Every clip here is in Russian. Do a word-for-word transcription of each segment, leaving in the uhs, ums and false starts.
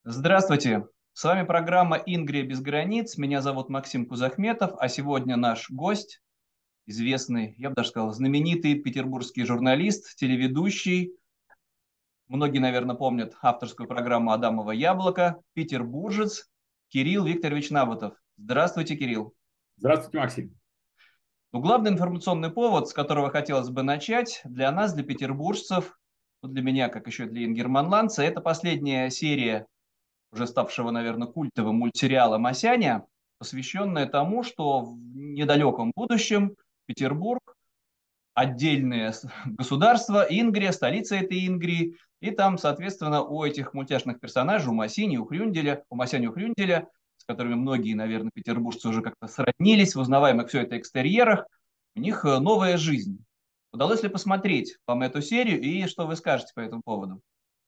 Здравствуйте! С вами программа «Ингрия без границ». Меня зовут Максим Кузахметов, а сегодня наш гость, известный, я бы даже сказал, знаменитый петербургский журналист, телеведущий. Многие, наверное, помнят авторскую программу «Адамово яблоко», петербуржец Кирилл Викторович Набутов. Здравствуйте, Кирилл! Здравствуйте, Максим. Ну, главный информационный повод, с которого хотелось бы начать, для нас, для петербуржцев, ну, для меня, как еще и для ингерманландца, это последняя серия уже ставшего, наверное, культовым мультсериала «Масяня», посвященная тому, что в недалеком будущем Петербург, отдельное с- государство, Ингрия, столица этой Ингрии, и там, соответственно, у этих мультяшных персонажей, у Масини, у Хрюнделя, у Масяни, у Хрюнделя, с которыми многие, наверное, петербуржцы уже как-то сроднились, в узнаваемых все это экстерьерах, у них э, новая жизнь. Удалось ли посмотреть вам эту серию, и что вы скажете по этому поводу?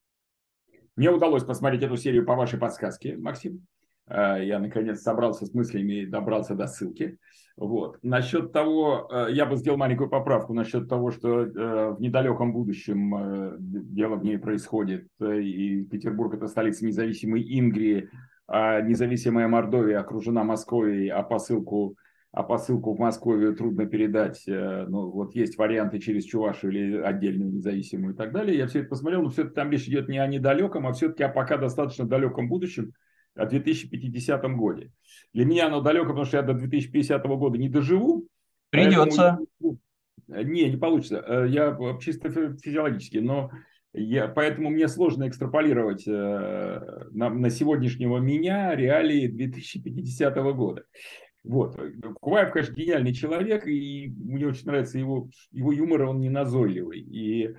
Мне удалось посмотреть эту серию по вашей подсказке, Максим. Э, Я, наконец, собрался с мыслями и добрался до ссылки. Вот. Насчет того, э, я бы сделал маленькую поправку насчет того, что э, в недалеком будущем э, дело в ней происходит, э, и Петербург – это столица независимой Ингрии, а независимая Мордовия окружена Москвой, а посылку а посылку в Москву трудно передать. э, Ну, вот есть варианты через Чувашию или отдельную независимую и так далее. Я все это посмотрел, но все-таки там речь идет не о недалеком, а все-таки о пока достаточно далеком будущем, о две тысячи пятидесятом годе. Для меня оно далеко, потому что я до две тысячи пятидесятого года не доживу, поэтому я... Придется. Не, не получится. Э, Я чисто фи- физиологически, но я, поэтому мне сложно экстраполировать э, на, на сегодняшнего меня реалии две тысячи пятидесятого года. Вот. Куваев, конечно, гениальный человек, и мне очень нравится его, его юмор, он не назойливый. И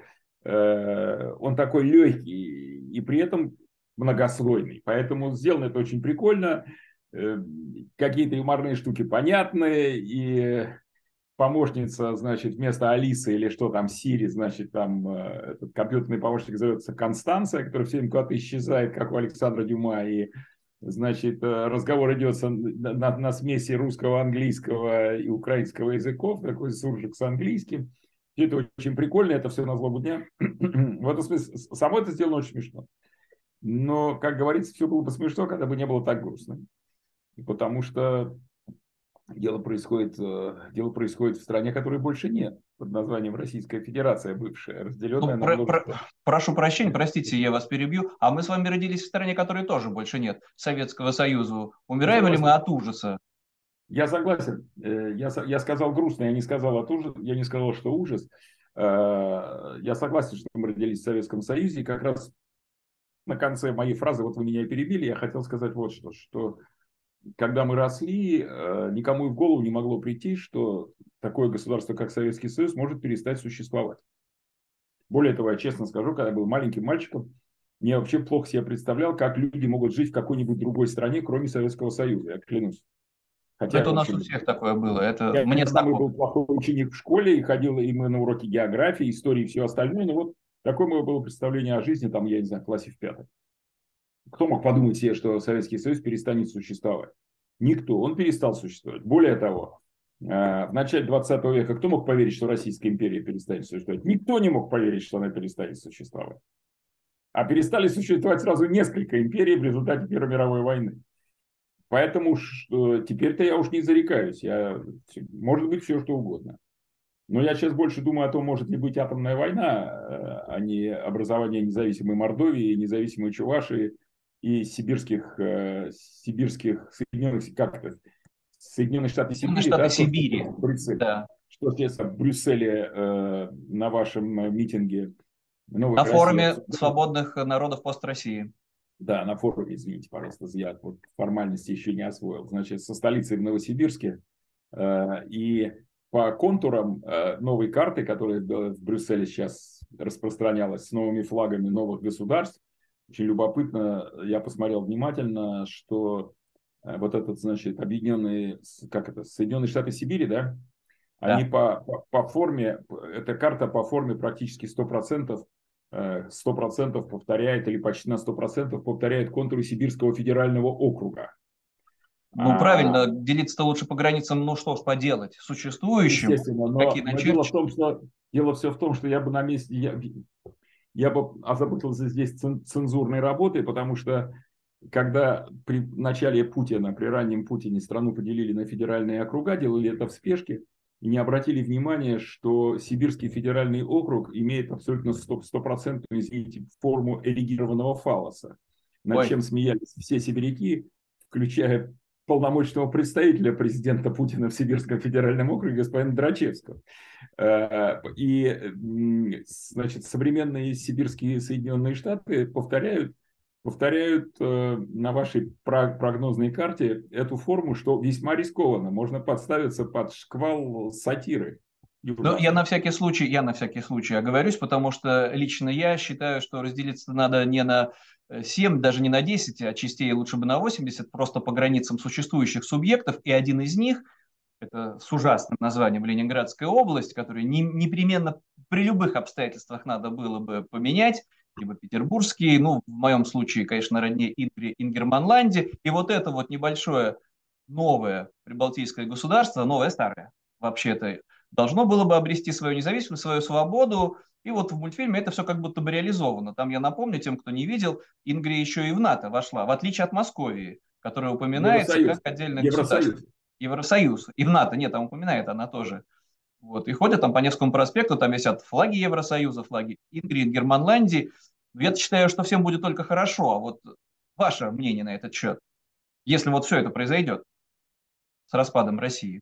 э, он такой легкий, и при этом многослойный. Поэтому сделано это очень прикольно. Э, какие-то юморные штуки понятные, и помощница, значит, вместо Алисы или что там, Сири, значит, там э, этот компьютерный помощник зовется Констанция, который все время куда-то исчезает, как у Александра Дюма, и значит, э, разговор идет на, на, на смеси русского, английского и украинского языков, такой суржик с английским. Все это очень прикольно, это все на злобу дня. В этом смысле, само это сделано очень смешно. Но, как говорится, все было бы смешно, когда бы не было так грустно. Потому что дело происходит, э, дело происходит в стране, которой больше нет, под названием Российская Федерация бывшая, разделенная Ну, на про- про- множество. прошу прощения, простите, я вас перебью. А мы с вами родились в стране, которой тоже больше нет, Советского Союза. Я Умираем ли мы согласен. от ужаса? Я согласен. Э, Я, со- я сказал грустно, я не сказал от ужас, я не сказал, что ужас. Э, Я согласен, что мы родились в Советском Союзе, и как раз на конце моей фразы, вот вы меня и перебили, я хотел сказать вот что, что когда мы росли, э, никому и в голову не могло прийти, что такое государство, как Советский Союз, может перестать существовать. Более того, я честно скажу, когда я был маленьким мальчиком, мне вообще плохо себе представлял, как люди могут жить в какой-нибудь другой стране, кроме Советского Союза, я клянусь. Ну, Хотя, это в у нас у общем, всех такое было. Это я мне не самый знакомо. был плохой ученик в школе, и ходил и мы на уроки географии, истории и все остальное, но вот такое мое было представление о жизни, там, я не знаю, в классе в пятом. Кто мог подумать себе, что Советский Союз перестанет существовать? Никто, он перестал существовать. Более того, э, в начале двадцатого века кто мог поверить, что Российская империя перестанет существовать? Никто не мог поверить, что она перестанет существовать. А перестали существовать сразу несколько империй в результате Первой мировой войны. Поэтому что, теперь-то я уж не зарекаюсь. Я, может быть, все что угодно. Но я сейчас больше думаю о том, может ли быть атомная война, э, а не образование независимой Мордовии, независимой Чувашии и сибирских, э, сибирских Соединенных, как это, Соединенных Штатов Соединенные Сибири, Штаты да, то, что Сибири. в Брюсселе. Да. Что сейчас в Брюсселе э, на вашем э, митинге «Новой На России» форуме обсуждали. свободных народов пост-России. Да, на форуме, извините, пожалуйста, я вот формальности еще не освоил. Значит, со столицей в Новосибирске. Э, и по контурам э, новой карты, которая в Брюсселе сейчас распространялась с новыми флагами новых государств, очень любопытно, я посмотрел внимательно, что э, вот этот, значит, объединенные, как это, Соединенные Штаты Сибири, да, они Да. по, по, по форме, эта карта по форме практически сто процентов сто процентов повторяет или почти на сто процентов повторяет контуры Сибирского федерального округа. Ну, А, правильно, делиться-то лучше по границам, ну что ж поделать, существующим, естественно, какие но, но дело в начерточки. том, что дело все в том, что я бы на месте, я, я бы озаботился здесь цен- цензурной работой, потому что когда при начале Путина, при раннем Путине страну поделили на федеральные округа, делали это в спешке и не обратили внимания, что Сибирский федеральный округ имеет абсолютно стопроцентную, извините, форму эрегированного фаллоса, над Ой, чем смеялись все сибиряки, включая полномочного представителя президента Путина в Сибирском федеральном округе господина Драчевского. И, значит, современные сибирские Соединенные Штаты повторяют, повторяют на вашей прогнозной карте эту форму, что весьма рискованно. Можно подставиться под шквал сатиры. ну, я на всякий случай, я на всякий случай оговорюсь, потому что лично я считаю, что разделиться надо не на семь, даже не на десять, а частей лучше бы на восемьдесят, просто по границам существующих субъектов, и один из них, это с ужасным названием Ленинградская область, которую не, непременно при любых обстоятельствах надо было бы поменять, либо Петербургский, ну, в моем случае, конечно, роднее Ингри, Ингерманланде, и вот это вот небольшое новое прибалтийское государство, новое старое, вообще-то, должно было бы обрести свою независимость, свою свободу, и вот в мультфильме это все как будто бы реализовано. Там, я напомню, тем, кто не видел, Ингрия еще и в НАТО вошла, в отличие от Московии, которая упоминается как Евросоюз. отдельное государство. Евросоюз. Евросоюз. И в НАТО, нет, там упоминает она тоже. Вот. И ходят там по Невскому проспекту, там висят флаги Евросоюза, флаги Ингрии, Германландии. Я считаю, что всем будет только хорошо. А вот ваше мнение на этот счет, если вот все это произойдет с распадом России?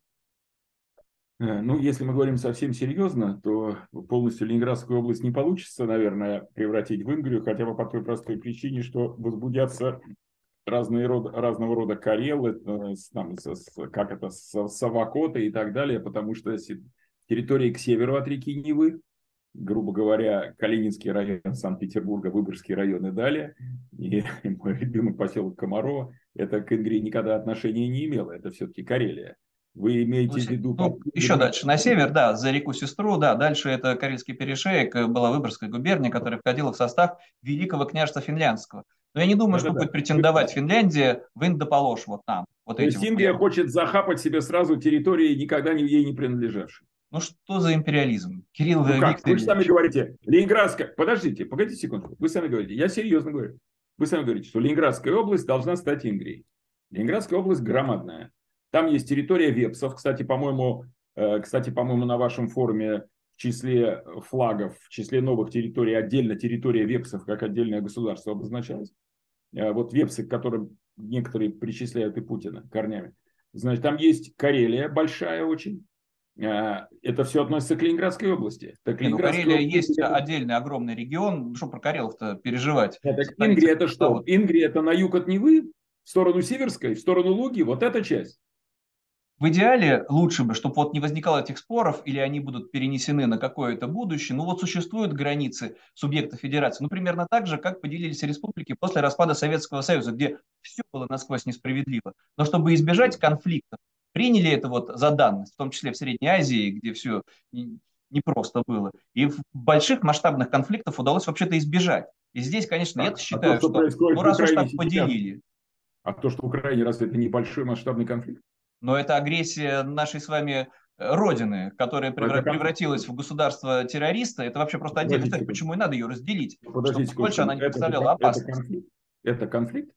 Ну, если мы говорим совсем серьезно, то полностью Ленинградскую область не получится, наверное, превратить в Ингрию, хотя бы по той простой причине, что возбудятся разные рода, разного рода карелы, там, как это, совокоты и так далее, потому что территории к северу от реки Невы, грубо говоря, Калининский район Санкт-Петербурга, Выборгский район и далее, и мой любимый поселок Комарова, это к Ингрии никогда отношения не имело, это все-таки Карелия. Вы Ну, имеете в виду... ну, еще дальше на север, да, за реку Сестру, да, дальше это Карельский перешеек, была Выборгская губерния, которая входила в состав Великого княжества Финляндского. Но я не думаю, что Да-да-да. будет претендовать Финляндия в Индополож, вот там, вот То этим есть вот Индия путем. хочет захапать себе сразу территории, никогда не, ей не принадлежавшие. Ну что за империализм? Кирилл Ну как? Вы же сами Викторович. говорите, Ленинградская... Подождите, погодите секунду. Вы сами говорите, я серьезно говорю. Вы сами говорите, что Ленинградская область должна стать Ингрией. Ленинградская область громадная. Там есть территория вепсов. Кстати, по-моему, э, кстати, по-моему, на вашем форуме в числе флагов, в числе новых территорий отдельно территория вепсов как отдельное государство обозначалась. Э, вот вепсы, к которым некоторые причисляют и Путина корнями. Значит, там есть Карелия большая очень. Это все относится к Ленинградской области. Так Не, ну Ленинградская Карелия область... есть отдельный огромный регион. Ну что про Карелов-то переживать? Это Столица Ингрия это что? завод. Ингрия это на юг от Невы, в сторону Северской, в сторону Луги, вот эта часть. В идеале лучше бы, чтобы вот не возникало этих споров, или они будут перенесены на какое-то будущее. Ну вот существуют границы субъекта федерации. Ну примерно так же, как поделились республики после распада Советского Союза, где все было насквозь несправедливо. Но чтобы избежать конфликтов, приняли это вот за данность, в том числе в Средней Азии, где все непросто было. И в больших масштабных конфликтов удалось вообще-то избежать. И здесь, конечно, я А, а то, считаю, что что происходит ну в раз уж Украине так сейчас, поделили, а то, что в Украине, разве это небольшой масштабный конфликт? но это агрессия нашей с вами э, родины, которая Это превратилась в государство террориста, это вообще просто отдельная Подождите история. секунду. Почему и надо ее разделить? Подождите Чтобы больше она секунду. не Это, же, представляла это опасность. конфликт? Это конфликт?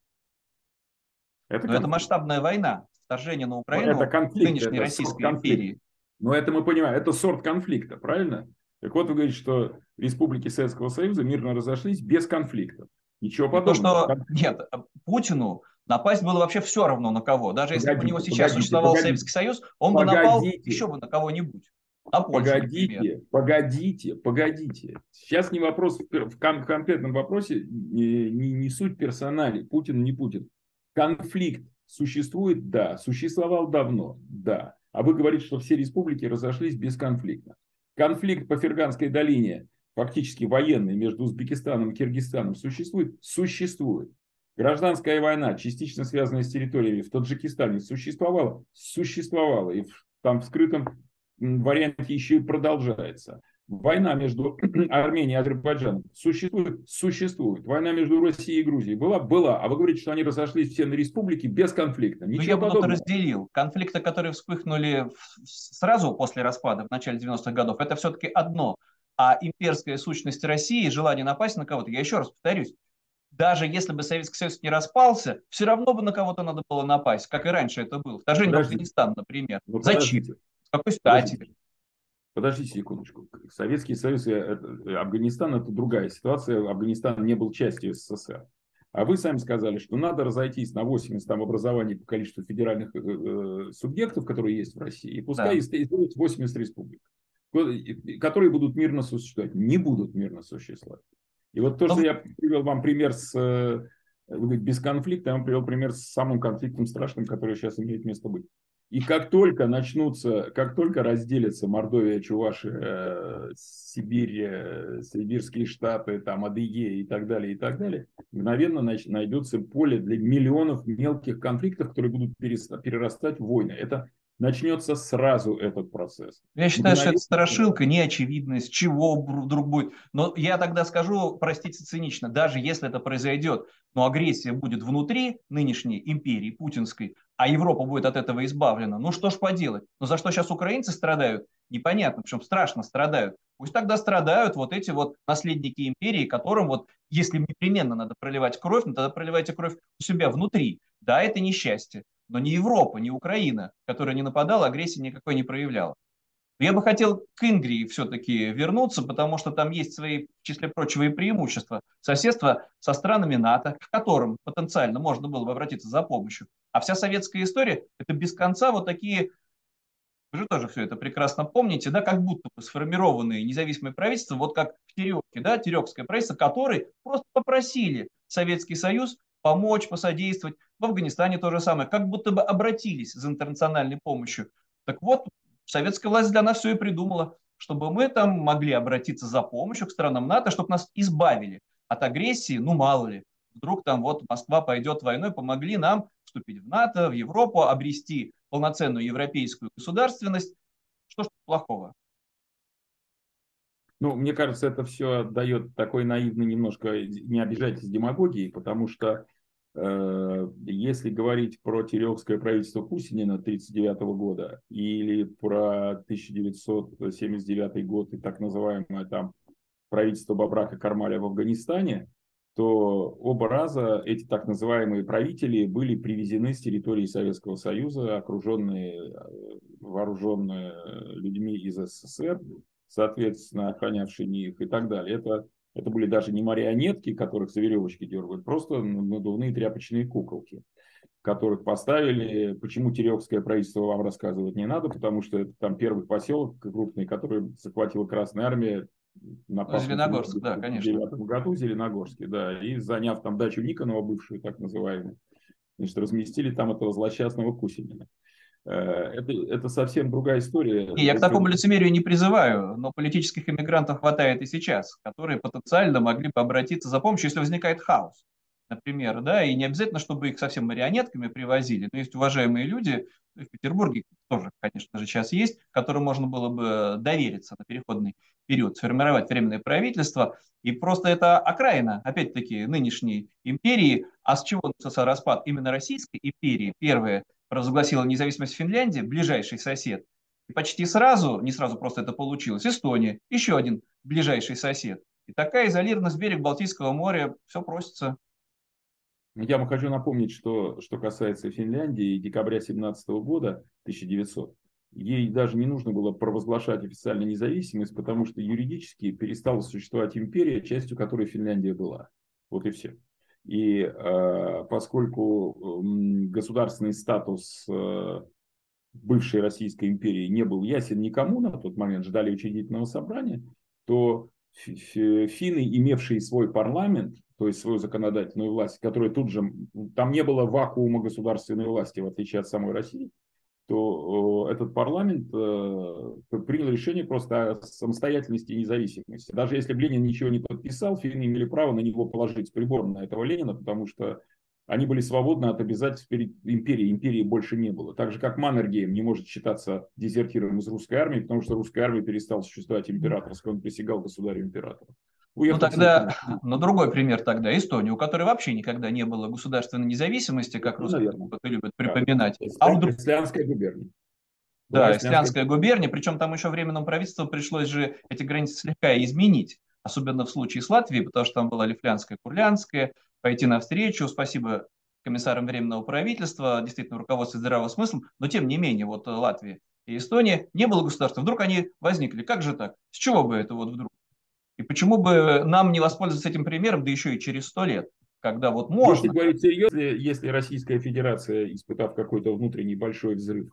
Это Но это конфликт. масштабная война, вторжение на Но это Украину конфликт, нынешней это сорт Российской конфликта. империи. Но это мы понимаем, это сорт конфликта, правильно? Так вот, вы говорите, что республики Советского Союза мирно разошлись без конфликтов. Ничего Не то, подобного. что нет, Путину напасть было вообще все равно на кого. Даже если бы у него Погодите, сейчас погодите, существовал погодите, Советский Союз, он бы напал погодите, еще бы на кого-нибудь. На Польшу, например. погодите, погодите, погодите. Сейчас не вопрос, в кон- конкретном вопросе не, не, не суть персоналей, Путин, не Путин. Конфликт существует? Да. Существовал давно? Да. А вы говорите, что все республики разошлись бесконфликтно. Конфликт по Ферганской долине, фактически военный, между Узбекистаном и Киргизстаном существует? Существует. Гражданская война, частично связанная с территориями в Таджикистане, существовала? Существовала. И в, там в скрытом варианте еще и продолжается. Война между Арменией и Азербайджаном существует? Существует. Война между Россией и Грузией была? Была. А вы говорите, что они разошлись все на республики бесконфликтно. Ну, Ничего я бы тут подобного. разделил. Конфликты, которые вспыхнули в- сразу после распада, в начале девяностых годов, это все-таки одно. А имперская сущность России, желание напасть на кого-то, я еще раз повторюсь, даже если бы Советский Союз не распался, все равно бы на кого-то надо было напасть, как и раньше это было. Вторжение в Подождите, Афганистан, например. ну Зачем? подождите, С какой стати? подождите. Подождите секундочку. Советский Союз и это- Афганистан – это другая ситуация. Афганистан не был частью СССР. А вы сами сказали, что надо разойтись на восемьдесят там образований по количеству федеральных э, э, субъектов, которые есть в России, и пускай Да. сделают восемьдесят республик, которые будут мирно существовать. Не будут мирно существовать. И вот то, Но что я привел вам пример с э, вы говорите, без конфликта, я вам привел пример с самым конфликтом страшным, который сейчас имеет место быть. И как только начнутся, как только разделятся Мордовия, Чувашия, э, Сибирь, э, Сибирские штаты, там, Адыгея и так далее, и так далее, мгновенно нач- найдется поле для миллионов мелких конфликтов, которые будут переста- перерастать в войны. Это начнется сразу этот процесс. я считаю, что это Мгновенно. страшилка, неочевидность, чего вдруг будет. Но я тогда скажу, простите, цинично, даже если это произойдет, но агрессия будет внутри нынешней империи путинской, а Европа будет от этого избавлена, ну что ж поделать? Но за что сейчас украинцы страдают? Непонятно, причем страшно страдают. Пусть тогда страдают вот эти вот наследники империи, которым вот, если непременно надо проливать кровь, ну тогда проливайте кровь у себя внутри. Да, это несчастье, но не Европа, не Украина, которая не нападала, агрессии никакой не проявляла. Я бы хотел к Ингрии все-таки вернуться, потому что там есть свои, в числе прочего, и преимущества. Соседство со странами НАТО, к которым потенциально можно было бы обратиться за помощью. А вся советская история – это без конца вот такие, вы же тоже все это прекрасно помните, да, как будто бы сформированные независимые правительства, вот как в Терекке, да, Терекское правительство, которые просто попросили Советский Союз помочь, посодействовать. В Афганистане то же самое, как будто бы обратились за интернациональной помощью. Так вот, советская власть для нас все и придумала, чтобы мы там могли обратиться за помощью к странам НАТО, чтобы нас избавили от агрессии, ну мало ли. Вдруг там вот Москва пойдет войной, помогли нам вступить в НАТО, в Европу, обрести полноценную европейскую государственность. Что ж тут плохого? Ну, мне кажется, это все дает такой наивный немножко, не обижайтесь, демагогии, потому что э, если говорить про Терехское правительство Кусинина тысяча девятьсот тридцать девятого года или про тысяча девятьсот семьдесят девятый год и так называемое там правительство Бабрака Кармаля в Афганистане, то оба раза эти так называемые правители были привезены с территории Советского Союза, окруженные, вооруженные людьми из СССР, соответственно, охранявшими их и так далее. Это, это были даже не марионетки, которых за веревочки дергают, просто надувные тряпочные куколки, которых поставили. Почему Терехское правительство вам рассказывать не надо, потому что это там первый поселок крупный, который захватила Красная Армия, Ну, напав на деревню Зеленогорск, в да, тысяча девятьсот конечно. девятом году, Зеленогорске, да, и заняв там дачу Никонова, бывшую так называемую, значит, разместили там этого злосчастного Кусинина. Это, это совсем другая история. Не, я к такому лицемерию не призываю, но политических иммигрантов хватает и сейчас, которые потенциально могли бы обратиться за помощью, если возникает хаос, например, да, и не обязательно, чтобы их совсем марионетками привозили, но есть уважаемые люди, в Петербурге тоже, конечно же, сейчас есть, которым можно было бы довериться на переходный период, сформировать временное правительство, и просто это окраина, опять-таки, нынешней империи. А с чего начался распад именно Российской империи? Первое, провозгласила независимость Финляндия, ближайший сосед, и почти сразу, не сразу просто это получилось, Эстония, еще один ближайший сосед. И такая изолированность берег Балтийского моря, все просится. Я вам хочу напомнить, что, что касается Финляндии, декабря семнадцатого года, тысяча девятисотого, ей даже не нужно было провозглашать официально независимость, потому что юридически перестала существовать империя, частью которой Финляндия была. Вот и все. И э, поскольку э, государственный статус э, бывшей Российской империи не был ясен никому на тот момент, ждали учредительного собрания, то финны, имевшие свой парламент, то есть свою законодательную власть, которая тут же, там не было вакуума государственной власти, в отличие от самой России, то этот парламент принял решение просто о самостоятельности и независимости. Даже если бы Ленин ничего не подписал, финны имели право на него положить прибор на этого Ленина, потому что они были свободны от обязательств перед империей. Империи больше не было. Так же, как Маннергейм не может считаться дезертиром из русской армии, потому что русская армия перестала существовать императорской. Он присягал государю-императору. Ну Уехал в тогда, Соединенные ну другой пример тогда, Эстония, у которой вообще никогда не было государственной независимости, как Штаты, русские наверное. депутаты любят Да. припоминать, а Эстля- вдруг, Эстлянская губерния. Была да, Эстлянская Эстлянская губерния, причем там еще временному правительству пришлось же эти границы слегка изменить, особенно в случае с Латвией, потому что там была Лифлянская, Курлянская, пойти навстречу. Спасибо комиссарам Временного правительства, действительно, руководство здравым смыслом, но тем не менее, вот Латвия и Эстония не было государства, вдруг они возникли. Как же так? С чего бы это вот вдруг? И почему бы нам не воспользоваться этим примером, да еще и через сто лет, когда вот Если можно? говорить серьезно, если Российская Федерация, испытав какой-то внутренний большой взрыв,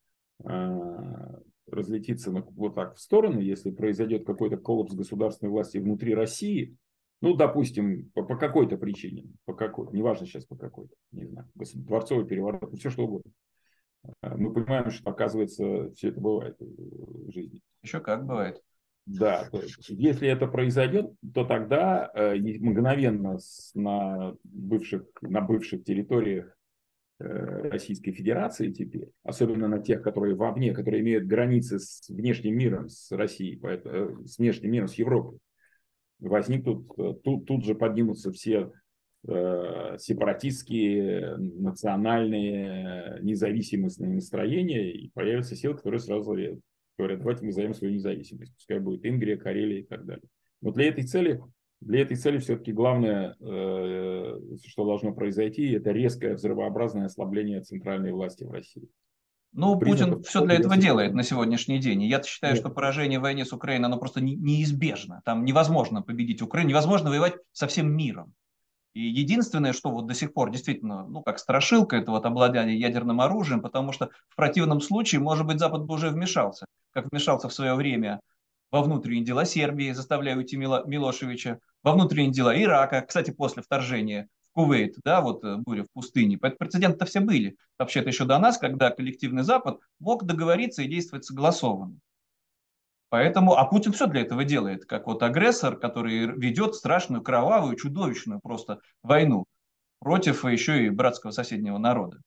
разлетится вот так в стороны, если произойдет какой-то коллапс государственной власти внутри России, ну, допустим, по, по какой-то причине, по какой, неважно сейчас по какой-то, не знаю, дворцовый переворот, все что угодно. Мы понимаем, что, оказывается, все это бывает в жизни. Еще как бывает. Да, то есть, если это произойдет, то тогда э, мгновенно с, на, бывших, на бывших территориях э, Российской Федерации теперь, особенно на тех, которые вовне, которые имеют границы с внешним миром, с Россией, поэтому, с внешним миром, с Европой, возникнут, тут, тут же поднимутся все э, сепаратистские, национальные, независимостные настроения, и появятся силы, которые сразу говорят, давайте мы займем свою независимость, пускай будет Ингрия, Карелия и так далее. Но для этой цели, для этой цели все-таки главное, э, что должно произойти, это резкое взрывообразное ослабление центральной власти в России. Ну, Путин все для этого делает на сегодняшний день. И я считаю, Нет. что поражение в войне с Украиной, оно просто не, неизбежно. Там невозможно победить Украину, невозможно воевать со всем миром. И единственное, что вот до сих пор действительно, ну, как страшилка, это вот обладание ядерным оружием, потому что в противном случае, может быть, Запад бы уже вмешался, как вмешался в свое время во внутренние дела Сербии, заставляя уйти Мило, Милошевича, во внутренние дела Ирака, кстати, после вторжения в Кувейт, да, вот буря в пустыне. Поэтому прецеденты-то все были, вообще-то еще до нас, когда коллективный Запад мог договориться и действовать согласованно. Поэтому, а Путин все для этого делает, как вот агрессор, который ведет страшную, кровавую, чудовищную просто войну против еще и братского соседнего народа.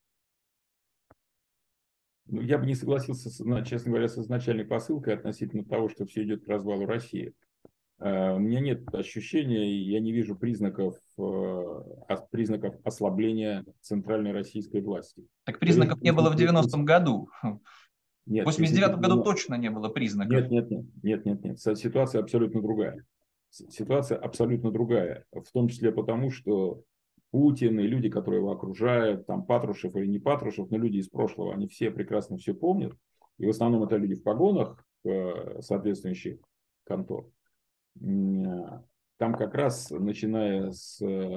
Ну, я бы не согласился, честно говоря, с изначальной посылкой относительно того, что все идет к развалу России. У меня нет ощущения, я не вижу признаков, признаков ослабления центральной российской власти. Так признаков не было в девяностом году. Нет, в восемьдесят девятом году точно не было признаков. Нет, нет, нет, нет, нет, нет. Ситуация абсолютно другая. Ситуация абсолютно другая. В том числе потому, что Путин и люди, которые его окружают, там Патрушев или не Патрушев, но люди из прошлого, они все прекрасно все помнят. И в основном это люди в погонах соответствующих контор. Там как раз, начиная с,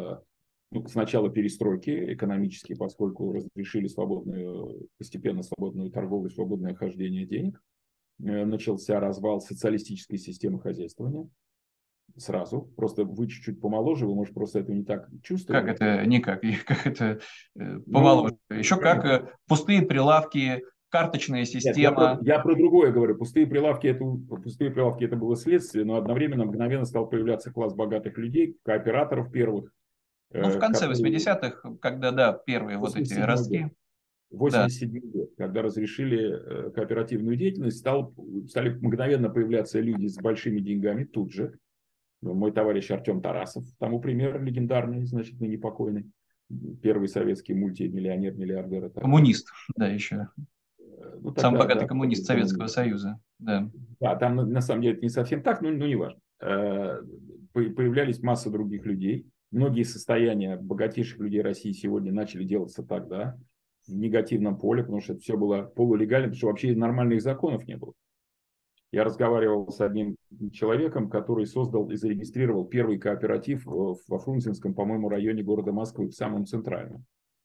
ну, с начала перестройки экономически, поскольку разрешили свободную, постепенно свободную торговлю, свободное хождение денег, начался развал социалистической системы хозяйствования. Сразу. Просто вы чуть-чуть помоложе, вы, может, просто это не так чувствуете. Как это никак? Как это помоложе? Ну, Еще как пустые прилавки, карточная система. Нет, я, про, я про другое говорю. Пустые прилавки, это, пустые прилавки это было следствие, но одновременно мгновенно стал появляться класс богатых людей, кооператоров первых. Ну, в конце восьмидесятых, когда, да, первые вот эти ростки. восемьдесят седьмой год, когда разрешили кооперативную деятельность, стал, стали мгновенно появляться люди с большими деньгами тут же. Мой товарищ Артем Тарасов, тому пример легендарный, значит, ныне покойный. Первый советский мультимиллионер, миллиардер. Коммунист, да, еще. Ну, тогда, Самый богатый да, коммунист Советского Союза. Да. Да, там на самом деле это не совсем так, но, но не важно. Появлялись масса других людей. Многие состояния богатейших людей России сегодня начали делаться тогда в негативном поле, потому что это все было полулегально, потому что вообще нормальных законов не было. Я разговаривал с одним человеком, который создал и зарегистрировал первый кооператив во Фрунзенском, по-моему, районе города Москвы, в самом центральном.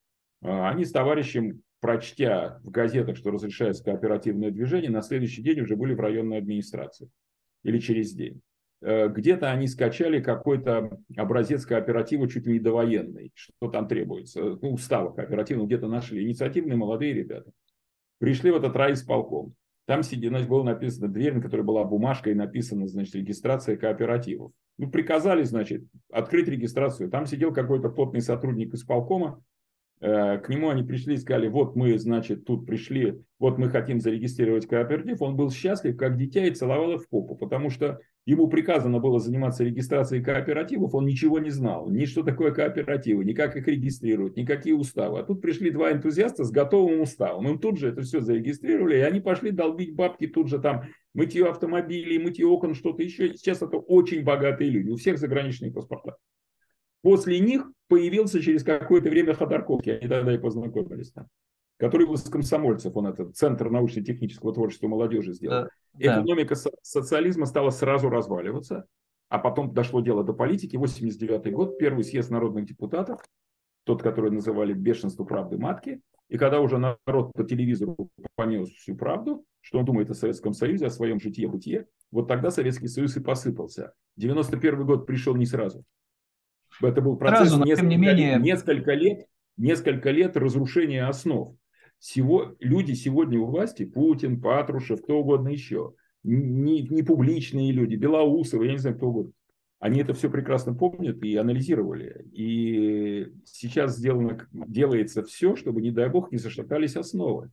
Они с товарищем, прочтя в газетах, что разрешается кооперативное движение, на следующий день уже были в районной администрации. Или через день. Где-то они скачали какой-то образец кооператива чуть ли не довоенный, что там требуется. Ну, устава кооперативного где-то нашли. Инициативные молодые ребята. Пришли в этот райисполком. Там сидит, значит, было написано дверь, на которой была бумажка и написано, значит, регистрация кооперативов. Ну, приказали, значит, открыть регистрацию. Там сидел какой-то плотный сотрудник исполкома. К нему они пришли и сказали, вот мы, значит, тут пришли, вот мы хотим зарегистрировать кооператив. Он был счастлив, как дитя, и целовал их в попу, потому что ему приказано было заниматься регистрацией кооперативов, он ничего не знал, ни что такое кооперативы, ни как их регистрировать, никакие уставы. А тут пришли два энтузиаста с готовым уставом. Им тут же это все зарегистрировали, и они пошли долбить бабки тут же там, мытье автомобилей, мытье окон, что-то еще. Сейчас это очень богатые люди, у всех заграничные паспорта. После них появился через какое-то время Ходорковский, они тогда и познакомились там, который был из комсомольцев, он этот Центр научно-технического творчества молодежи сделал. Да, да. Экономика со- социализма стала сразу разваливаться, а потом дошло дело до политики. восемьдесят девятый год, первый съезд народных депутатов, тот, который называли «бешенство правды матки». И когда уже народ по телевизору понес всю правду, что он думает о Советском Союзе, о своем житье-бытие, вот тогда Советский Союз и посыпался. девяносто первый год пришел не сразу. Это был процесс Сразу, но тем не несколько, менее, несколько лет, несколько лет разрушения основ. Сего, люди сегодня у власти, Путин, Патрушев, кто угодно еще, не, не публичные люди, Белоусов, я не знаю, кто угодно, они это все прекрасно помнят и анализировали. И сейчас сделано, делается все, чтобы, не дай бог, не зашатались основы.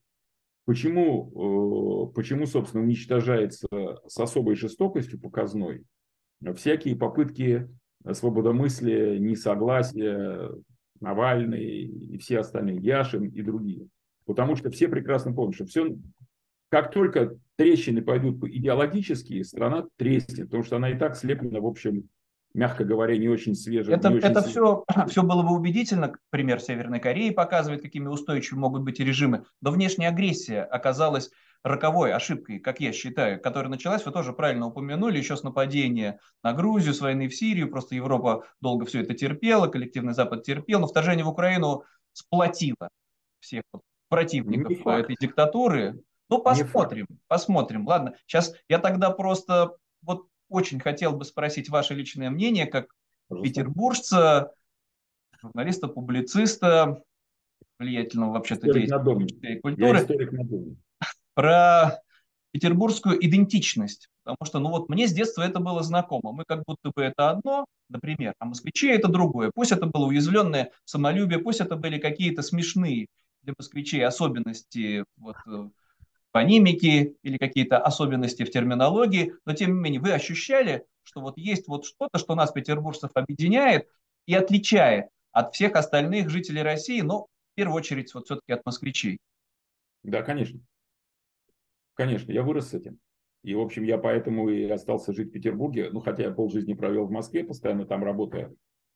Почему, почему, собственно, уничтожается с особой жестокостью показной всякие попытки свободомыслия, несогласия, Навальный и все остальные, Яшин и другие. Потому что все прекрасно помнят, что все, как только трещины пойдут идеологические, страна треснет, потому что она и так слеплена, в общем, мягко говоря, не очень свежим. Не Это, очень это свежим. все, все было бы убедительно. Пример Северной Кореи показывает, какими устойчивыми могут быть режимы. Но внешняя агрессия оказалась роковой ошибкой, как я считаю, которая началась, вы тоже правильно упомянули, еще с нападения на Грузию, с войны в Сирию. Просто Европа долго все это терпела, коллективный Запад терпел, но вторжение в Украину сплотило всех противников Не факт. этой диктатуры. Ну, Не факт. посмотрим, посмотрим. Ладно, сейчас я тогда просто вот очень хотел бы спросить ваше личное мнение, как Пожалуйста. петербуржца, журналиста, публициста, влиятельного вообще-то Историк деятеля надомный. политической Я культуры, историк надомный. про петербургскую идентичность. Потому что, ну вот, мне с детства это было знакомо. Мы как будто бы это одно, например, а москвичи это другое. Пусть это было уязвленное самолюбие, пусть это были какие-то смешные для москвичей особенности вот, фонимики или какие-то особенности в терминологии, но тем не менее вы ощущали, что вот есть вот что-то, что нас, петербуржцев, объединяет и отличает от всех остальных жителей России, но в первую очередь вот все-таки от москвичей. Да, конечно. Конечно, я вырос с этим. И, в общем, я поэтому и остался жить в Петербурге. Ну, хотя я полжизни провел в Москве, постоянно там работая.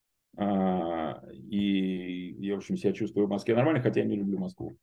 А, и я, в общем, себя чувствую в Москве нормально, хотя я не люблю Москву.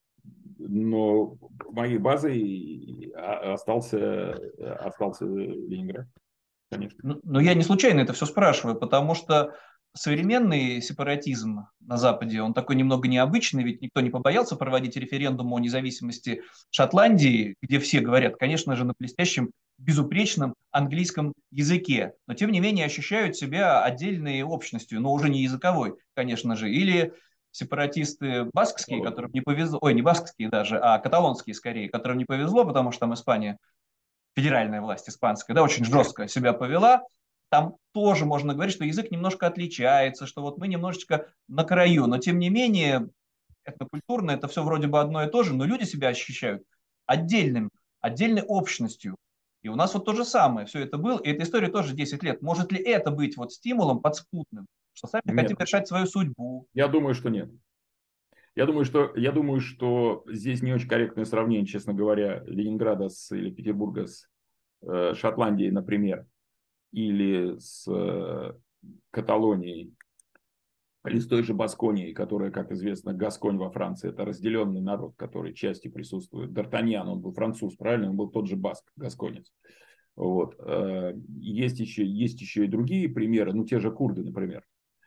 Но моей базой остался, остался Ленинград, конечно. Но но я не случайно это все спрашиваю, потому что современный сепаратизм на Западе, он такой немного необычный, ведь никто не побоялся проводить референдум о независимости Шотландии, где все говорят, конечно же, на блестящем, безупречном английском языке, но тем не менее ощущают себя отдельной общностью, но уже не языковой, конечно же, или сепаратисты баскские, которым не повезло, ой, не баскские даже, а каталонские скорее, которым не повезло, потому что там Испания, федеральная власть испанская, да, очень жестко себя повела, там тоже можно говорить, что язык немножко отличается, что вот мы немножечко на краю, но тем не менее этнокультурно это все вроде бы одно и то же, но люди себя ощущают отдельным, отдельной общностью. И у нас вот то же самое, все это было, и эта история тоже десять лет. Может ли это быть вот стимулом подспутным, что сами Нет, хотим решать свою судьбу? я думаю, что нет. Я думаю, что, я думаю, что здесь не очень корректное сравнение, честно говоря, Ленинграда с, или Петербурга с э, Шотландией, например, или с э, Каталонией, или с той же Басконией, которая, как известно, Гасконь во Франции, это разделенный народ, который частью присутствует. Д'Артаньян, он был француз, правильно? Он был тот же баск, гасконец. Вот. Э, Есть еще, есть еще и другие примеры, ну, те же курды, например,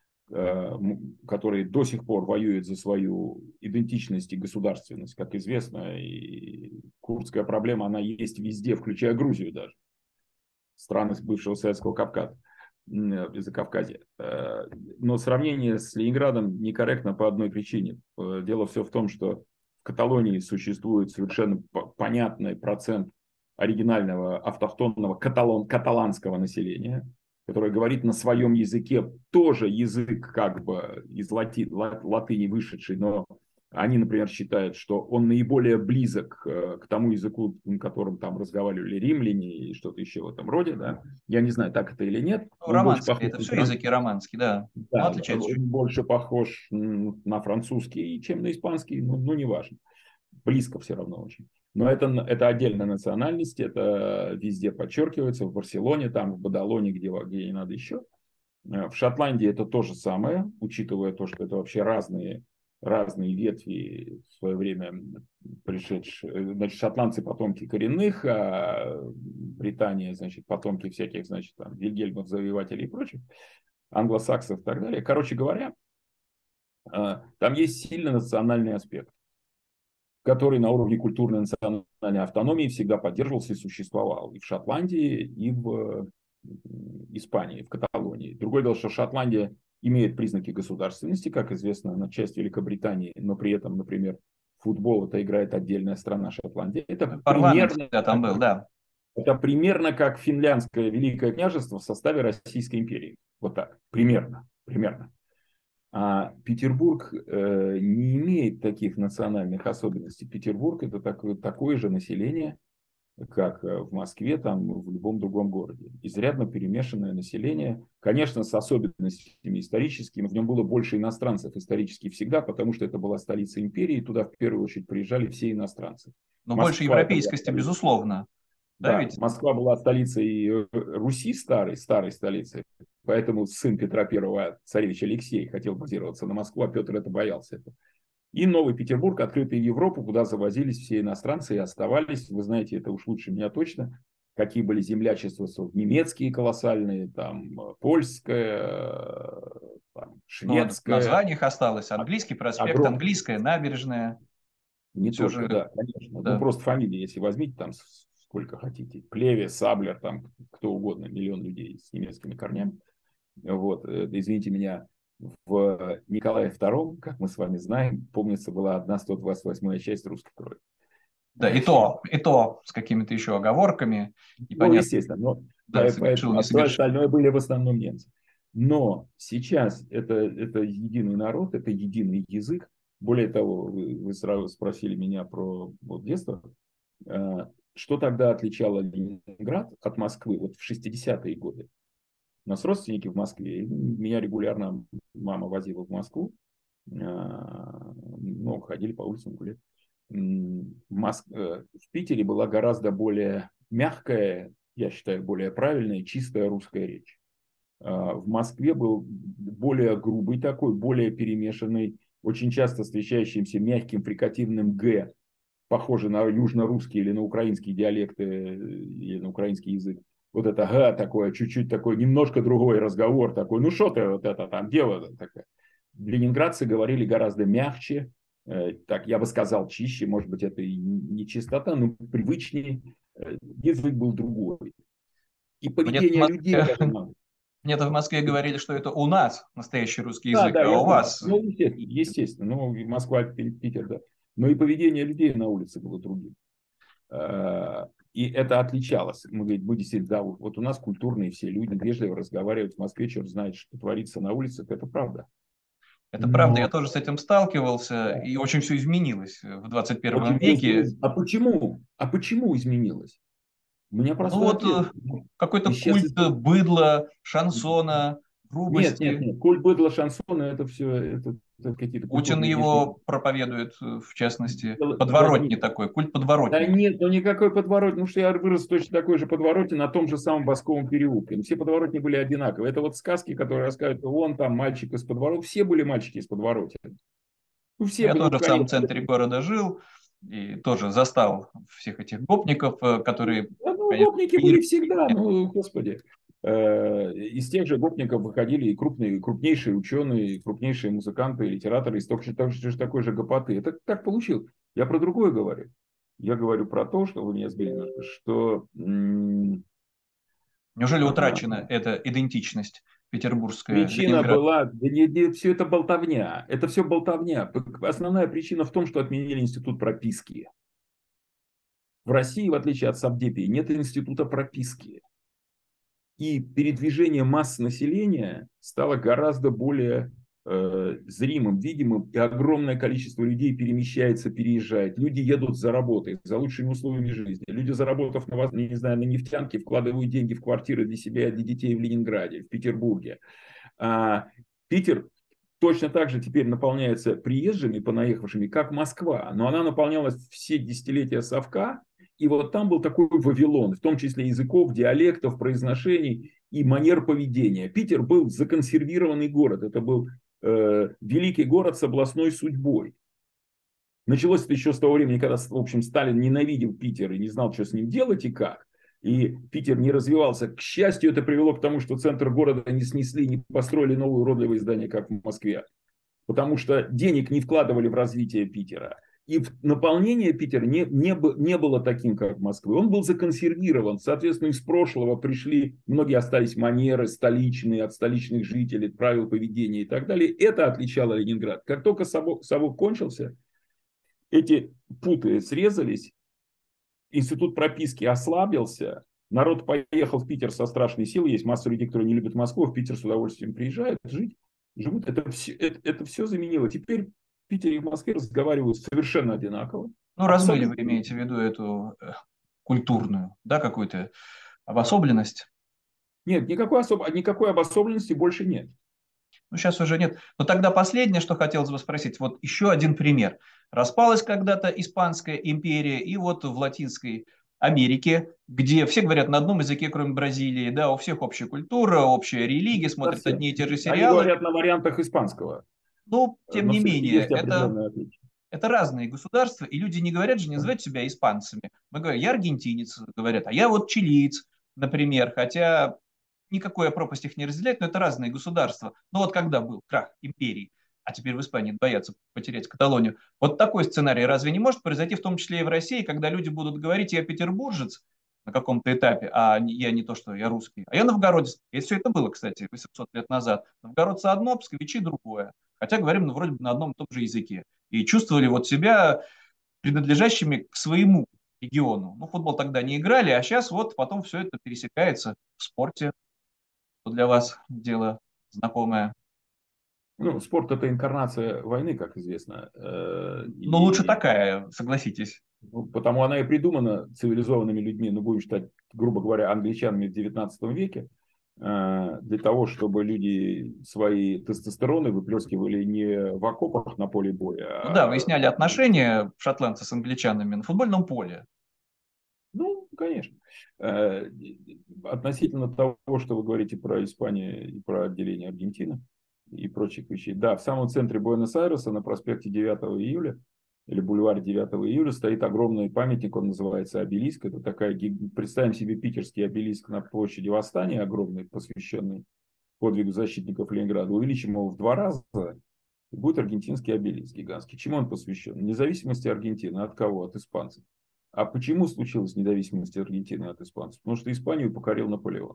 которые до сих пор воюют за свою идентичность и государственность, как известно. И курдская проблема, она есть везде, включая Грузию даже, страны бывшего Советского Кавказа, Закавказья. Но сравнение с Ленинградом некорректно по одной причине. Дело все в том, что в Каталонии существует совершенно понятный процент оригинального автохтонного каталон, каталанского населения, которое говорит на своем языке, тоже язык как бы из лати, латыни вышедший, но они, например, считают, что он наиболее близок к тому языку, на котором там разговаривали римляне и что-то еще в этом роде. Да? Я не знаю, так это или нет. Ну, Он больше романские, похож это на, все фран... языки романские, да, но да, отличаются чуть. он больше похож на французский, чем на испанский, ну, ну неважно. Близко все равно очень. Но это, это отдельная национальность, это везде подчеркивается, в Барселоне, там, в Бадалоне, где, где не надо еще. В Шотландии это то же самое, учитывая то, что это вообще разные, разные ветви в свое время пришедшие. Значит, шотландцы потомки коренных, а Британия, значит, потомки всяких, значит, там, Вильгельмов, завоевателей и прочих, англосаксов и так далее. Короче говоря, там есть сильный национальный аспект, который на уровне культурной национальной автономии всегда поддерживался и существовал и в Шотландии, и в Испании, в Каталонии. Другое дело, что Шотландия имеет признаки государственности, как известно, она часть Великобритании, но при этом, например, футбол это играет отдельная страна Шотландия. Это Парламент примерно, всегда там был, да. это примерно как финляндское Великое княжество в составе Российской империи. Вот так, примерно, примерно. А Петербург э, не имеет таких национальных особенностей. Петербург это такое, такое же население, как в Москве, там, в любом другом городе. Изрядно перемешанное население, конечно, с особенностями историческими. В нем было больше иностранцев исторически всегда, потому что это была столица империи, и туда в первую очередь приезжали все иностранцы. Но больше Москва это была европейскости, столица. безусловно. Да, Да, ведь? Москва была столицей Руси старой, старой столицей. Поэтому сын Петра Первого, царевич Алексей, хотел базироваться на Москву, а Петр это боялся. Это. И Новый Петербург, открытый в Европу, куда завозились все иностранцы и оставались. Вы знаете, это уж лучше меня точно. Какие были землячества немецкие колоссальные, там, польское, там, Ну, вот в шведское. названиях осталось. Английский проспект, Огром... английская набережная. Не Все только, же, да, конечно. Ну, да. просто фамилии, если возьмите, там сколько хотите. Плеве, Саблер, там кто угодно, миллион людей с немецкими корнями. Вот, извините меня, в Николае Втором, как мы с вами знаем, помнится, была одна сто двадцать восьмая часть русской крови. Да, и то, и то с какими-то еще оговорками. Ну, Непонятно. естественно, но Да, совершил, поэтому, не а все совершил. остальное были в основном немцы. Но сейчас это, это единый народ, это единый язык. Более того, вы, вы сразу спросили меня про вот, детство. Что тогда отличало Ленинград от Москвы вот в шестидесятые годы? У нас родственники в Москве. Меня регулярно мама возила в Москву. Ну, ходили по улицам гулять. Моск... В Питере была гораздо более мягкая, я считаю, более правильная, чистая русская речь. В Москве был более грубый такой, более перемешанный, очень часто встречающимся мягким фрикативным «г», похожий на южно-русский или на украинские диалекты, или на украинский язык. Вот это «га» такое, чуть-чуть такой, немножко другой разговор такой. Ну что ты вот это там дело такое. Ленинградцы говорили гораздо мягче, так я бы сказал чище, может быть это и не чистота, но привычнее. Язык был другой. И Мне-то в поведение людей Москве, даже... мне-то в Москве говорили, что это у нас настоящий русский Да, язык, да, а я у знаю. вас... Ну, естественно, естественно. Ну, Москва, Питер, да. Но и поведение людей на улице было другим. И это отличалось. Мы говорим, мы действительно, да, вот у нас культурные все люди, вежливо разговаривают в Москве, черт знает, что творится на улицах, это правда. Это правда, я Но тоже с этим сталкивался, да, и очень все изменилось в двадцать первом очень все веке. изменилось. А почему? А почему изменилось? У меня Ну простой вот ответ. э, какой-то И сейчас... культ быдла, шансона, Нет, нет, грубости. нет. Культ быдла, шансона, это все это, это какие-то Путин культурные его изменения. проповедует, э, в частности, Дело, дело подворотни не... такой, культ Да подворотни. нет, ну никакой подворотни, ну что я вырос точно такой же подворотне на том же самом Басковом переулке. Ну, все подворотни были одинаковые. Это вот сказки, которые рассказывают, вон там мальчик из подворотни. Все были мальчики из подворотни. Ну все Я были, ну тоже в самом конечно. центре города жил и тоже застал всех этих гопников, э, которые, Да, ну, конечно, гопники были всегда, ну, господи. Э, Из тех же гопников выходили и крупные, и крупнейшие ученые, и крупнейшие музыканты, и литераторы из точно так же- такой же гопоты. Это так получилось. Я про другое говорю. Я говорю про то, что вы меня сбили немножко, что м, Неужели а, утрачена эта идентичность петербургская, причина Ленинград? была, да не- не- все это болтовня. Это все болтовня. П- Основная причина в том, что отменили институт прописки. В России, в отличие от Совдепии, нет института прописки. И передвижение масс населения стало гораздо более э, зримым, видимым, и огромное количество людей перемещается, переезжает. Люди едут за работой, за лучшими условиями жизни. Люди, заработав на, вас- не знаю, на нефтянке, вкладывают деньги в квартиры для себя и для детей в Ленинграде, в Петербурге. А Питер точно так же теперь наполняется приезжими, понаехавшими, как Москва. Но она наполнялась все десятилетия совка. И вот там был такой Вавилон, в том числе языков, диалектов, произношений. и манер поведения. Питер был законсервированный город. Это был э, великий город с областной судьбой. Началось это еще с того времени, когда, в общем, Сталин ненавидел Питер и не знал, что с ним делать и как. И Питер не развивался. К счастью, это привело к тому, что центр города не снесли, не построили новые уродливые здания, как в Москве. Потому что денег не вкладывали в развитие Питера. И наполнение Питера не, не, не было таким, как в Москве. Он был законсервирован. Соответственно, из прошлого пришли, многие остались манеры столичные, от столичных жителей, правил поведения и так далее. Это отличало Ленинград. Как только совок, совок кончился, эти путы срезались, институт прописки ослабился, народ поехал в Питер со страшной силой. Есть масса людей, которые не любят Москву, в Питер с удовольствием приезжают жить, живут. Это все, это, это все заменило. Теперь в Питере и в Москве разговаривают совершенно одинаково. Ну, размыли вы имеете в виду эту э, культурную, да, какую-то обособленность? Нет, никакой, особ... никакой обособленности больше нет. Ну, сейчас уже нет. Но тогда последнее, что хотелось бы спросить, вот еще один пример. Распалась когда-то Испанская империя, и вот в Латинской Америке, где все говорят на одном языке, кроме Бразилии, да, у всех общая культура, общая религия, смотрят Совсем. одни и те же Они сериалы. говорят на вариантах испанского. Но, тем Но не все-таки менее, есть это, определенное отличие. это разные государства, и люди не говорят же, не называют себя испанцами. Мы говорим, я аргентинец, говорят, а я вот чилиец, например, хотя никакой пропасть их не разделяет, но это разные государства. Но вот когда был крах империи, а теперь в Испании боятся потерять Каталонию, вот такой сценарий разве не может произойти, в том числе и в России, когда люди будут говорить, я петербуржец на каком-то этапе, а я не то, что я русский, а я новгородец. И все это было, кстати, восемьсот лет назад. Новгородцы одно, псковичи другое. Хотя говорим, ну, вроде бы на одном и том же языке. И чувствовали вот себя принадлежащими к своему региону. Ну, футбол тогда не играли, а сейчас вот потом все это пересекается в спорте. Что для вас дело знакомое? Ну, спорт – это инкарнация войны, как известно. Э, Но лучше И такая, согласитесь. ну, потому она и придумана цивилизованными людьми, ну, будем считать, грубо говоря, англичанами в девятнадцатом веке, э, для того, чтобы люди свои тестостероны выплескивали не в окопах на поле боя, Ну да, а... выясняли отношения шотландцы с англичанами на футбольном поле. Ну, конечно. Э, Относительно того, что вы говорите про Испанию и про отделение Аргентины и прочих вещей. Да, в самом центре Буэнос-Айреса на проспекте девятого июля или бульваре девятого июля стоит огромный памятник, он называется обелиск. Это такая, представим себе питерский обелиск на площади Восстания, огромный, посвященный подвигу защитников Ленинграда. Увеличим его в два раза, и будет аргентинский обелиск гигантский. Чему он посвящен? Независимости Аргентины. От кого? От испанцев. А почему случилась независимость Аргентины от испанцев? Потому что Испанию покорил Наполеон.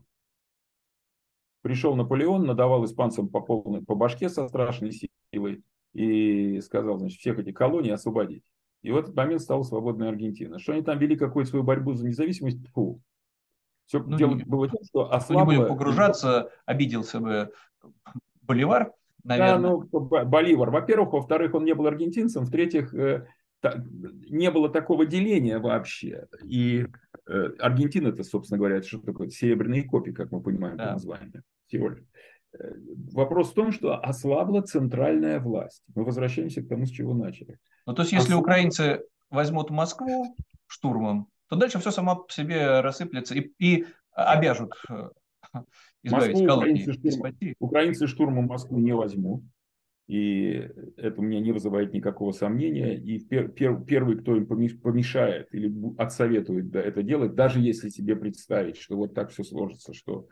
Пришел Наполеон, надавал испанцам по полной, по башке со страшной силой и сказал, значит, всех этих колоний освободить. И в этот момент стала свободная Аргентина. Что они там вели какую-то свою борьбу за независимость? Фу. Все Ну, дело не, было тем, что не будем ослабло... погружаться, обиделся бы Боливар, Да, наверное. ну, Боливар. Во-первых, во-вторых, он не был аргентинцем. В-третьих, э, та, не было такого деления вообще. И э, Аргентина, это, собственно говоря, это что такое? Серебряные копии, как мы понимаем по Да. названию. Всего лишь. Э, Вопрос в том, что ослабла центральная власть. Мы возвращаемся к тому, с чего начали. Ну, то есть, если Ослабла... украинцы возьмут Москву штурмом, то дальше все само по себе рассыплется и, и обяжут э, избавить Москву колонии украинцы штурмом, деспотии. украинцы штурмом Москву не возьмут. И это у меня не вызывает никакого сомнения. И пер, пер, первый, кто им помешает или отсоветует да, это делать, даже если себе представить, что вот так все сложится, что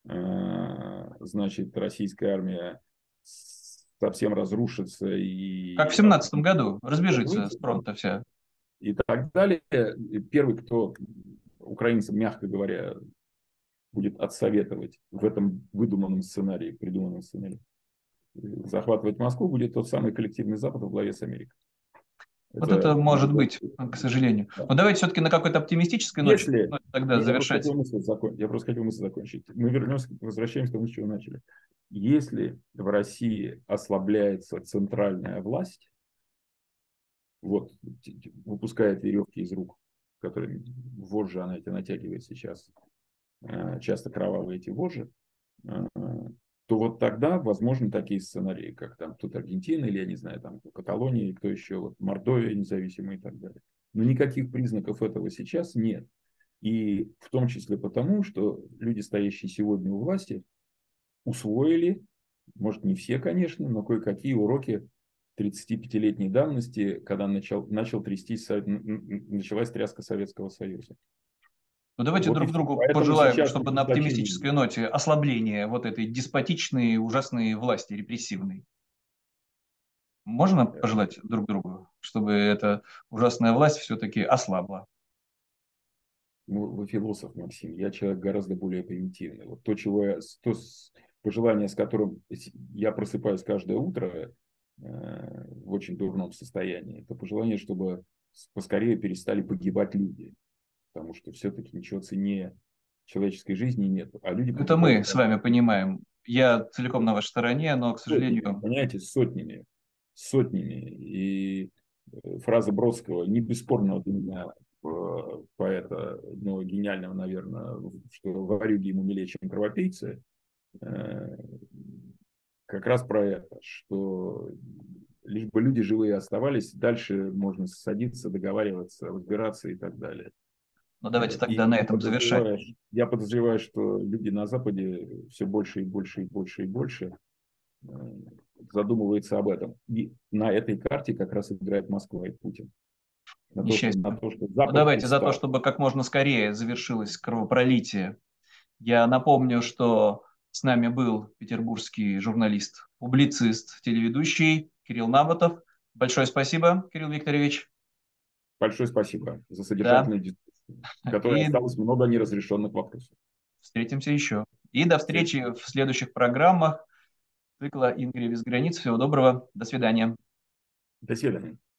э, значит российская армия совсем разрушится Как в и семнадцатом году разбежится с фронта вся. и так далее. Первый, кто украинцам, мягко говоря, будет отсоветовать в этом выдуманном сценарии, придуманном сценарии, захватывать Москву, будет тот самый коллективный Запад во главе с Америкой. Вот Это, это может быть, к сожалению. да. Но давайте все-таки на какой-то оптимистической ноте Если, тогда я просто завершать. хотел мысль закончить, я просто хотел мысль закончить. Мы вернемся, возвращаемся к тому, с чего начали. Если в России ослабляется центральная власть, вот, выпускает веревки из рук, которые вожжи она эти натягивает сейчас, часто кровавые эти вожжи, то вот тогда возможны такие сценарии, как там тут Аргентина, или я не знаю, там Каталония, и кто еще, вот Мордовия независимая и так далее. Но никаких признаков этого сейчас нет. И в том числе потому, что люди, стоящие сегодня у власти, усвоили, может не все, конечно, но кое-какие уроки тридцатипятилетней давности, когда начал, начал трястись, началась тряска Советского Союза. Ну, давайте Вот и друг все. другу Поэтому пожелаем, сейчас чтобы на ужесточение. оптимистической ноте ослабление вот этой деспотичной, ужасной власти репрессивной. Можно пожелать друг другу, чтобы эта ужасная власть все-таки ослабла? Ну, вы философ, Максим. Я человек гораздо более примитивный. Вот то, чего я, то пожелание, с которым я просыпаюсь каждое утро э, в очень дурном состоянии, это пожелание, чтобы поскорее перестали погибать люди. Потому что все-таки ничего ценнее человеческой жизни нет. А люди Это мы погибают с вами каждый понимаем. Я целиком на вашей стороне, но, к сотнями, сожалению, понимаете, сотнями, сотнями. И э, фраза Бродского, не бесспорного для меня э, поэта, но гениального, наверное, что ворюги ему милее, чем кровопийцы, э, как раз про это, что лишь бы люди живые оставались, дальше можно садиться, договариваться, разбираться и так далее. ну давайте И тогда на я этом завершать. подозреваю, я подозреваю, что люди на Западе все больше и больше и больше и больше э, задумываются об этом. И на этой карте как раз играет Москва и Путин. На то, что, на Несчастье. то, что Ну Запад давайте за то, устал. чтобы как можно скорее завершилось кровопролитие. Я напомню, что с нами был петербургский журналист, публицист, телеведущий Кирилл Набатов. Большое спасибо, Кирилл Викторович. Большое спасибо за Да, содержательную дискуссию, в которой и осталось много неразрешенных вопросов. встретимся еще. И до встречи в следующих программах цикла «Ингрия без границ». Всего доброго. До свидания. До свидания.